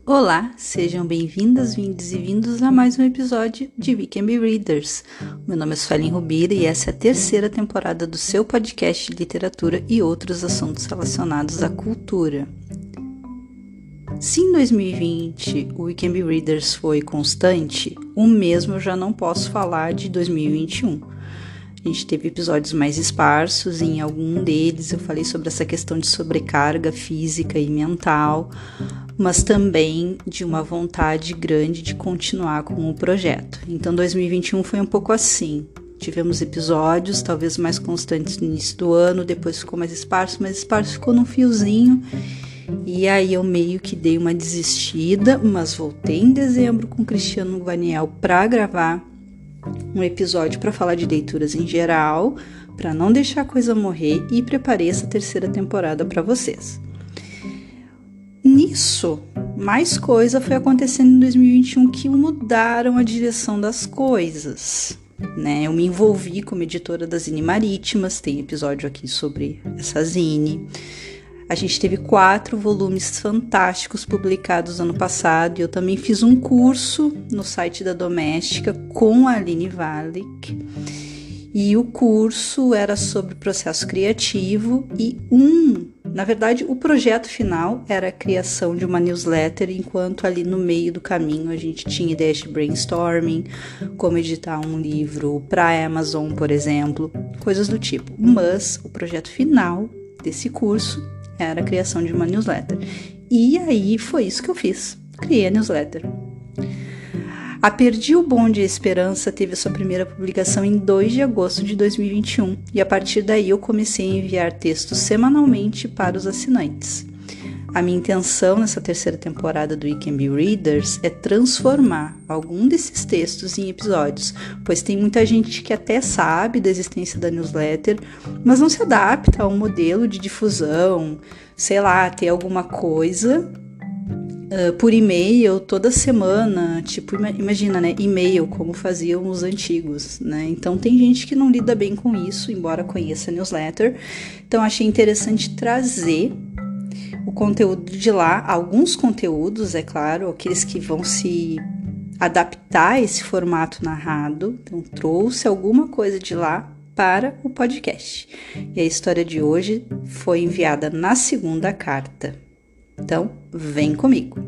Olá, sejam bem-vindas, vindos e vindos a mais um episódio de We Can Be Readers. Meu nome é Suelen Rubira e essa é a terceira temporada do seu podcast de literatura e outros assuntos relacionados à cultura. Se em 2020 o We Can Be Readers foi constante, o mesmo eu já não posso falar de 2021. A gente teve episódios mais esparsos e em algum deles eu falei sobre essa questão de sobrecarga física e mental, mas também de uma vontade grande de continuar com o projeto. Então 2021 foi um pouco assim. Tivemos episódios talvez mais constantes no início do ano, depois ficou mais esparso, mas esparso ficou num fiozinho. E aí eu meio que dei uma desistida, mas voltei em dezembro com o Cristiano Vaniel para gravar um episódio para falar de leituras em geral, para não deixar a coisa morrer, e preparei essa terceira temporada para vocês. Nisso, mais coisa foi acontecendo em 2021 que mudaram a direção das coisas, né? Eu me envolvi como editora da Zine Marítimas, tem episódio aqui sobre essa zine. A gente teve 4 volumes fantásticos publicados ano passado e eu também fiz um curso no site da Doméstica com a Aline Wallach. E o curso era sobre processo criativo e na verdade, o projeto final era a criação de uma newsletter, enquanto ali no meio do caminho a gente tinha ideias de brainstorming, como editar um livro para a Amazon, por exemplo, coisas do tipo. Mas o projeto final desse curso era a criação de uma newsletter. E aí foi isso que eu fiz. Criei a newsletter. A Perdi o Bonde e a Esperança teve a sua primeira publicação em 2 de agosto de 2021. E a partir daí eu comecei a enviar textos semanalmente para os assinantes. A minha intenção nessa terceira temporada do We Can Be Readers é transformar algum desses textos em episódios, pois tem muita gente que até sabe da existência da newsletter, mas não se adapta a um modelo de difusão, sei lá, ter alguma coisa por e-mail toda semana, tipo, imagina, né, e-mail como faziam os antigos, né? Então tem gente que não lida bem com isso, embora conheça a newsletter. Então achei interessante trazer o conteúdo de lá, alguns conteúdos, é claro, aqueles que vão se adaptar a esse formato narrado. Então, trouxe alguma coisa de lá para o podcast. E a história de hoje foi enviada na segunda carta. Então, vem comigo.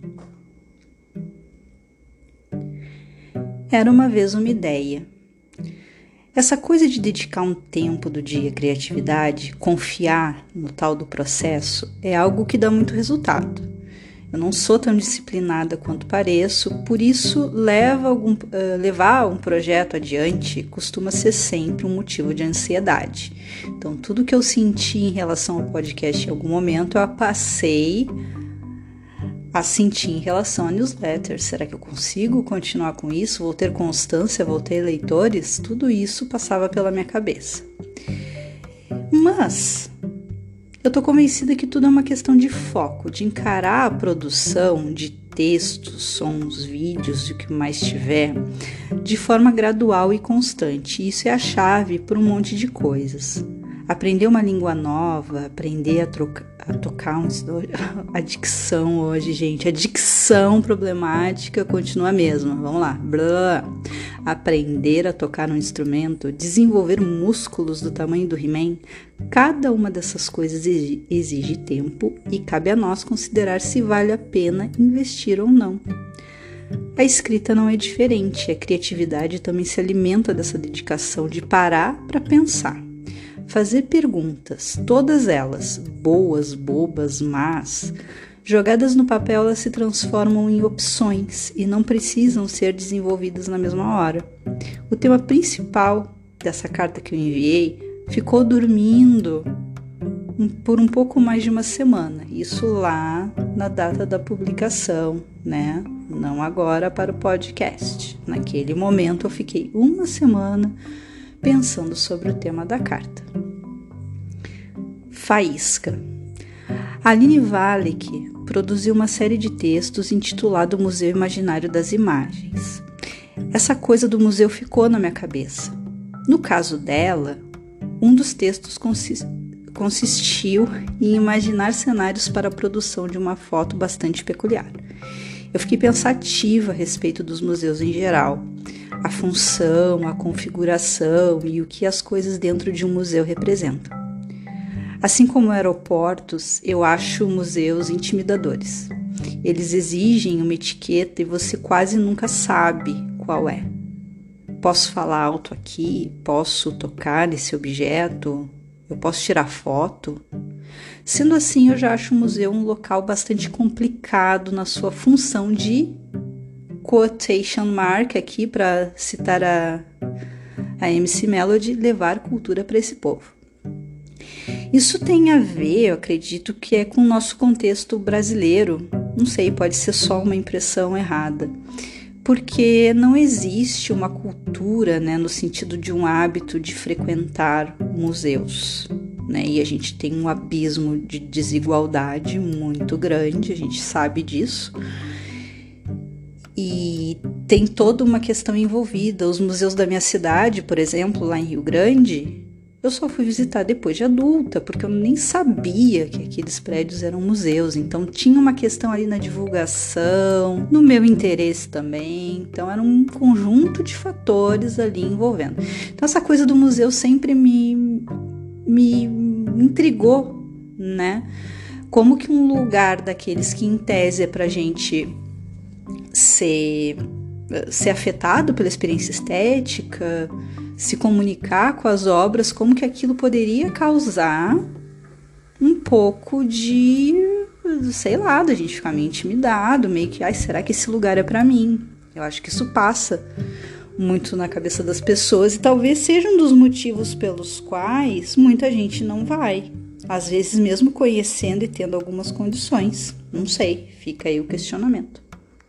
Era uma vez uma ideia. Essa coisa de dedicar um tempo do dia à criatividade, confiar no tal do processo, é algo que dá muito resultado. Eu não sou tão disciplinada quanto pareço, por isso levar um projeto adiante costuma ser sempre um motivo de ansiedade. Então, tudo que eu senti em relação ao podcast em algum momento, eu passei a sentir em relação à newsletter. Será que eu consigo continuar com isso? Vou ter constância? Vou ter leitores? Tudo isso passava pela minha cabeça. Mas eu tô convencida que tudo é uma questão de foco, de encarar a produção de textos, sons, vídeos e o que mais tiver de forma gradual e constante. Isso é a chave para um monte de coisas. Aprender uma língua nova, aprender a tocar um instrumento. A dicção hoje, gente, a dicção problemática continua a mesma. Vamos lá. Blá. Aprender a tocar um instrumento, desenvolver músculos do tamanho do He-Man. Cada uma dessas coisas exige tempo e cabe a nós considerar se vale a pena investir ou não. A escrita não é diferente. A criatividade também se alimenta dessa dedicação de parar para pensar. Fazer perguntas, todas elas, boas, bobas, más, jogadas no papel, elas se transformam em opções e não precisam ser desenvolvidas na mesma hora. O tema principal dessa carta que eu enviei ficou dormindo por um pouco mais de uma semana, isso lá na data da publicação, né? Não agora para o podcast. Naquele momento eu fiquei uma semana pensando sobre o tema da carta. Faísca. A Aline Wallach produziu uma série de textos intitulado Museu Imaginário das Imagens. Essa coisa do museu ficou na minha cabeça. No caso dela, um dos textos consistiu em imaginar cenários para a produção de uma foto bastante peculiar. Eu fiquei pensativa a respeito dos museus em geral, a função, a configuração e o que as coisas dentro de um museu representam. Assim como aeroportos, eu acho museus intimidadores. Eles exigem uma etiqueta e você quase nunca sabe qual é. Posso falar alto aqui? Posso tocar nesse objeto? Eu posso tirar foto? Sendo assim, eu já acho o museu um local bastante complicado na sua função de quotation mark, aqui para citar a MC Melody, levar cultura para esse povo. Isso tem a ver, eu acredito que é com o nosso contexto brasileiro, não sei, pode ser só uma impressão errada, porque não existe uma cultura, né, no sentido de um hábito de frequentar museus, né, e a gente tem um abismo de desigualdade muito grande, a gente sabe disso, e tem toda uma questão envolvida. Os museus da minha cidade, por exemplo, lá em Rio Grande, eu só fui visitar depois de adulta, porque eu nem sabia que aqueles prédios eram museus. Então tinha uma questão ali na divulgação, no meu interesse também. Então era um conjunto de fatores ali envolvendo. Então essa coisa do museu sempre me intrigou, né? Como que um lugar daqueles que em tese é pra gente ser afetado pela experiência estética, se comunicar com as obras, como que aquilo poderia causar um pouco de, sei lá, da gente ficar meio intimidado, meio que, será que esse lugar é pra mim? Eu acho que isso passa muito na cabeça das pessoas e talvez seja um dos motivos pelos quais muita gente não vai, às vezes mesmo conhecendo e tendo algumas condições, não sei, fica aí o questionamento.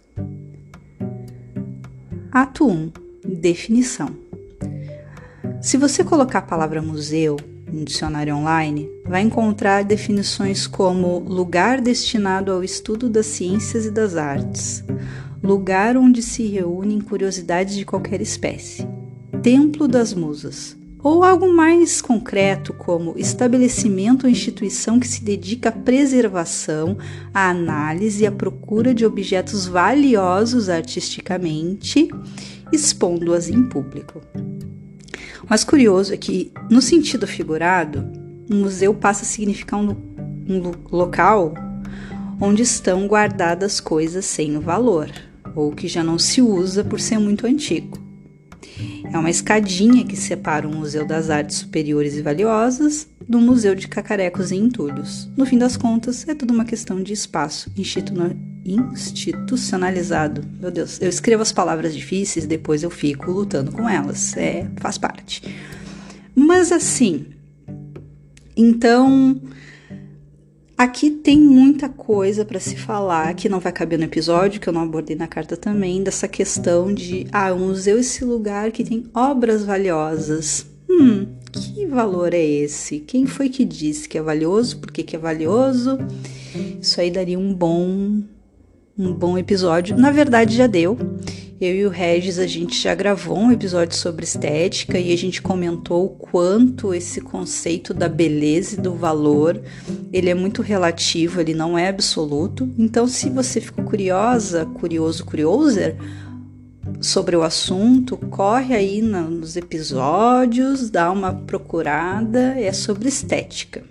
Ato 1. Definição. Se você colocar a palavra museu no dicionário online, vai encontrar definições como lugar destinado ao estudo das ciências e das artes, lugar onde se reúnem curiosidades de qualquer espécie, templo das musas, ou algo mais concreto como estabelecimento ou instituição que se dedica à preservação, à análise e à procura de objetos valiosos artisticamente, expondo-as em público. O mais curioso é que, no sentido figurado, um museu passa a significar um local onde estão guardadas coisas sem valor, ou que já não se usa por ser muito antigo. É uma escadinha que separa o Museu das Artes Superiores e Valiosas do Museu de Cacarecos e Entulhos. No fim das contas, é tudo uma questão de espaço institucionalizado. Meu Deus, eu escrevo as palavras difíceis, depois eu fico lutando com elas. Faz parte. Mas assim, então, aqui tem muita coisa para se falar, que não vai caber no episódio, que eu não abordei na carta também, dessa questão de, o museu é esse lugar que tem obras valiosas. Que valor é esse? Quem foi que disse que é valioso? Por que é valioso? Isso aí daria um bom episódio. Na verdade, já deu. Eu e o Regis, a gente já gravou um episódio sobre estética e a gente comentou o quanto esse conceito da beleza e do valor, ele é muito relativo, ele não é absoluto. Então, se você ficou curioser sobre o assunto, corre aí nos episódios, dá uma procurada, é sobre estética.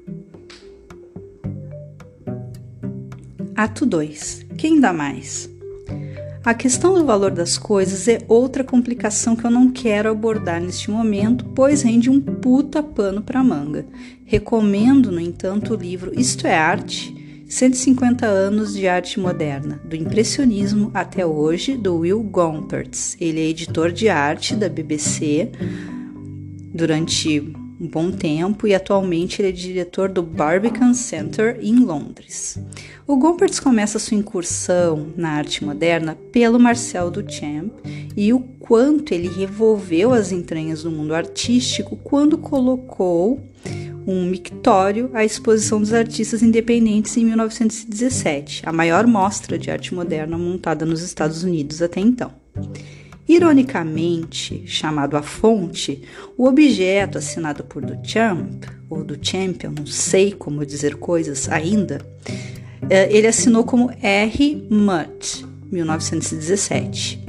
Ato 2. Quem dá mais? A questão do valor das coisas é outra complicação que eu não quero abordar neste momento, pois rende um puta pano pra manga. Recomendo, no entanto, o livro Isto é Arte, 150 anos de arte moderna, do impressionismo até hoje, do Will Gompertz. Ele é editor de arte da BBC durante um bom tempo e atualmente ele é diretor do Barbican Center em Londres. O Gompertz começa sua incursão na arte moderna pelo Marcel Duchamp e o quanto ele revolveu as entranhas do mundo artístico quando colocou um mictório à exposição dos artistas independentes em 1917, a maior mostra de arte moderna montada nos Estados Unidos até então. Ironicamente, chamado A Fonte, o objeto assinado por Duchamp, ou Duchamp, eu não sei como dizer coisas ainda, ele assinou como R. Mutt, 1917.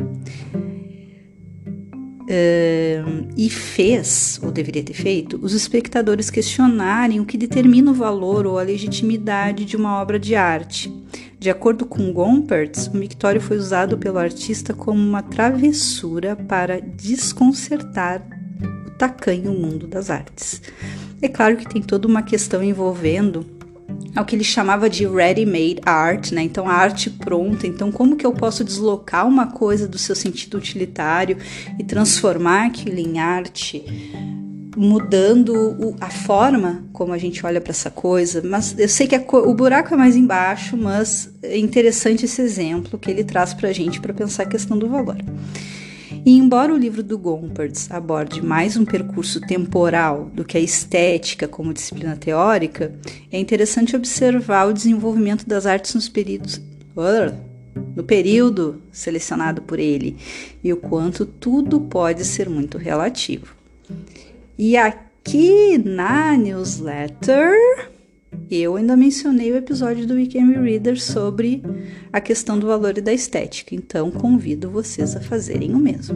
E fez, ou deveria ter feito, os espectadores questionarem o que determina o valor ou a legitimidade de uma obra de arte. De acordo com Gompertz, o mictório foi usado pelo artista como uma travessura para desconcertar o tacanho mundo das artes. É claro que tem toda uma questão envolvendo ao que ele chamava de ready-made art, né? Então, a arte pronta. Então, como que eu posso deslocar uma coisa do seu sentido utilitário e transformar aquilo em arte, mudando a forma como a gente olha para essa coisa? Mas eu sei que o buraco é mais embaixo, mas é interessante esse exemplo que ele traz para a gente para pensar a questão do valor. E embora o livro do Gompertz aborde mais um percurso temporal do que a estética como disciplina teórica, é interessante observar o desenvolvimento das artes no período selecionado por ele e o quanto tudo pode ser muito relativo. E aqui na newsletter, eu ainda mencionei o episódio do Weekend Reader sobre a questão do valor e da estética, então convido vocês a fazerem o mesmo.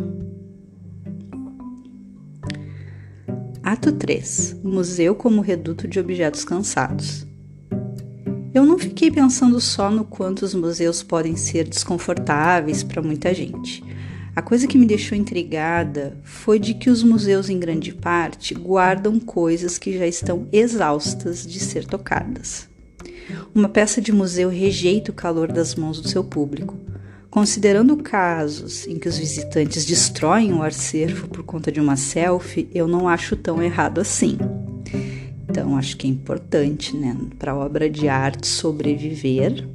Ato 3. Museu como reduto de objetos cansados. Eu não fiquei pensando só no quanto os museus podem ser desconfortáveis para muita gente. A coisa que me deixou intrigada foi de que os museus, em grande parte, guardam coisas que já estão exaustas de ser tocadas. Uma peça de museu rejeita o calor das mãos do seu público. Considerando casos em que os visitantes destroem o acervo por conta de uma selfie, eu não acho tão errado assim. Então, acho que é importante, né, para a obra de arte sobreviver,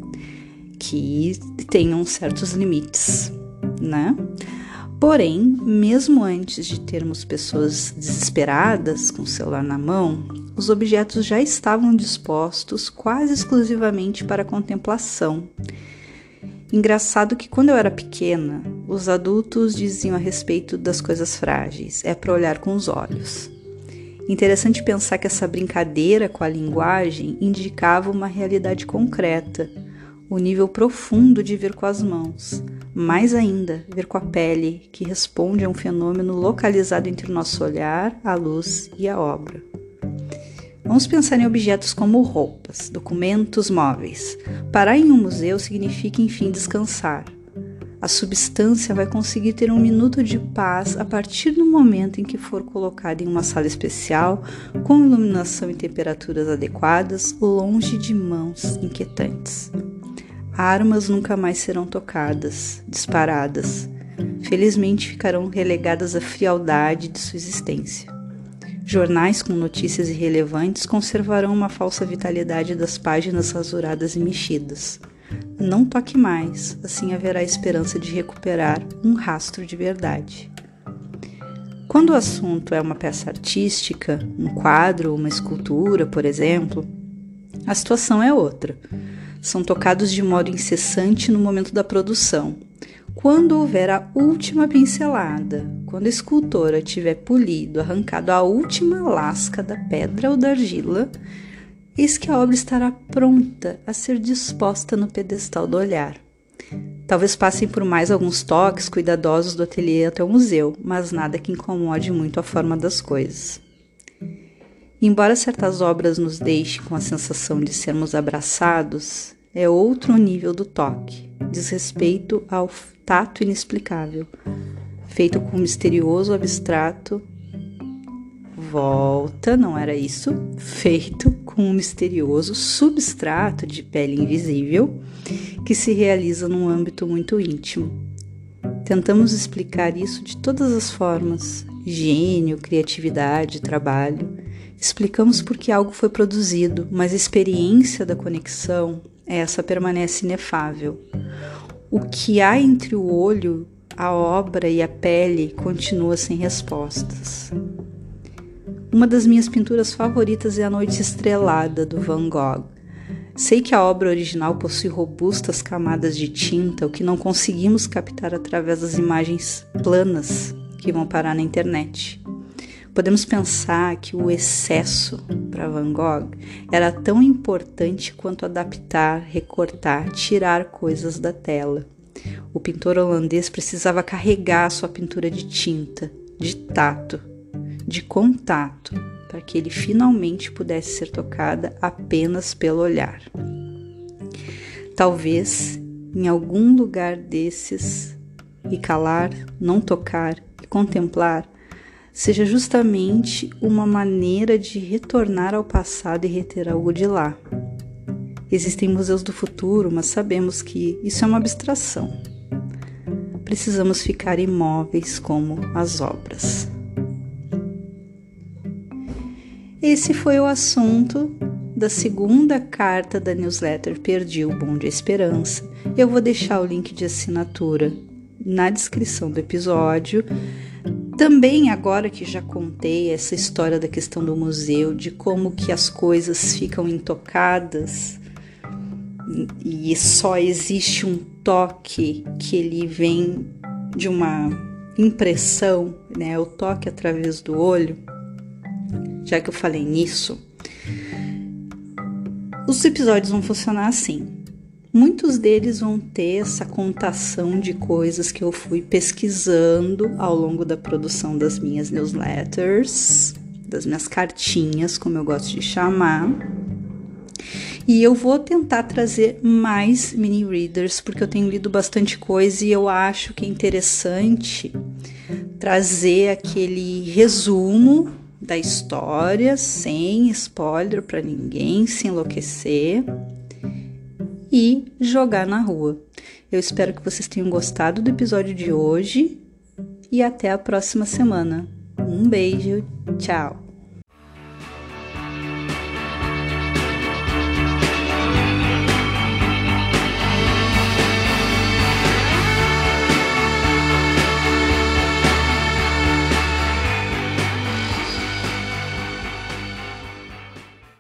que tenham certos limites, né? Porém, mesmo antes de termos pessoas desesperadas com o celular na mão, os objetos já estavam dispostos quase exclusivamente para a contemplação. Engraçado que quando eu era pequena, os adultos diziam a respeito das coisas frágeis, é para olhar com os olhos. Interessante pensar que essa brincadeira com a linguagem indicava uma realidade concreta, o nível profundo de ver com as mãos, mais ainda, ver com a pele, que responde a um fenômeno localizado entre o nosso olhar, a luz e a obra. Vamos pensar em objetos como roupas, documentos móveis. Parar em um museu significa, enfim, descansar. A substância vai conseguir ter um minuto de paz a partir do momento em que for colocada em uma sala especial, com iluminação e temperaturas adequadas, longe de mãos inquietantes. Armas nunca mais serão tocadas, disparadas. Felizmente ficarão relegadas à frialdade de sua existência. Jornais com notícias irrelevantes conservarão uma falsa vitalidade das páginas rasuradas e mexidas. Não toque mais, assim haverá esperança de recuperar um rastro de verdade. Quando o assunto é uma peça artística, um quadro, uma escultura, por exemplo, a situação é outra. São tocados de modo incessante no momento da produção. Quando houver a última pincelada, quando a escultora tiver polido, arrancado a última lasca da pedra ou da argila, eis que a obra estará pronta a ser disposta no pedestal do olhar. Talvez passem por mais alguns toques cuidadosos do ateliê até o museu, mas nada que incomode muito a forma das coisas. Embora certas obras nos deixem com a sensação de sermos abraçados, é outro nível do toque, diz respeito ao tato inexplicável, feito com um misterioso abstrato. Não era isso, feito com um misterioso substrato de pele invisível que se realiza num âmbito muito íntimo. Tentamos explicar isso de todas as formas, gênio, criatividade, trabalho. Explicamos por que algo foi produzido, mas a experiência da conexão, essa permanece inefável. O que há entre o olho, a obra e a pele continua sem respostas. Uma das minhas pinturas favoritas é A Noite Estrelada, do Van Gogh. Sei que a obra original possui robustas camadas de tinta, o que não conseguimos captar através das imagens planas que vão parar na internet. Podemos pensar que o excesso para Van Gogh era tão importante quanto adaptar, recortar, tirar coisas da tela. O pintor holandês precisava carregar sua pintura de tinta, de tato, de contato, para que ele finalmente pudesse ser tocada apenas pelo olhar. Talvez em algum lugar desses, e calar, não tocar e contemplar, seja justamente uma maneira de retornar ao passado e reter algo de lá. Existem museus do futuro, mas sabemos que isso é uma abstração. Precisamos ficar imóveis como as obras. Esse foi o assunto da segunda carta da newsletter Perdi o Bonde à Esperança. Eu vou deixar o link de assinatura na descrição do episódio. Também, agora que já contei essa história da questão do museu, de como que as coisas ficam intocadas e só existe um toque que ele vem de uma impressão, né? O toque através do olho. Já que eu falei nisso, os episódios vão funcionar assim. Muitos deles vão ter essa contação de coisas que eu fui pesquisando ao longo da produção das minhas newsletters, das minhas cartinhas, como eu gosto de chamar. E eu vou tentar trazer mais mini-readers, porque eu tenho lido bastante coisa e eu acho que é interessante trazer aquele resumo da história, sem spoiler para ninguém se enlouquecer, e jogar na rua. Eu espero que vocês tenham gostado do episódio de hoje e até a próxima semana. Um beijo, tchau!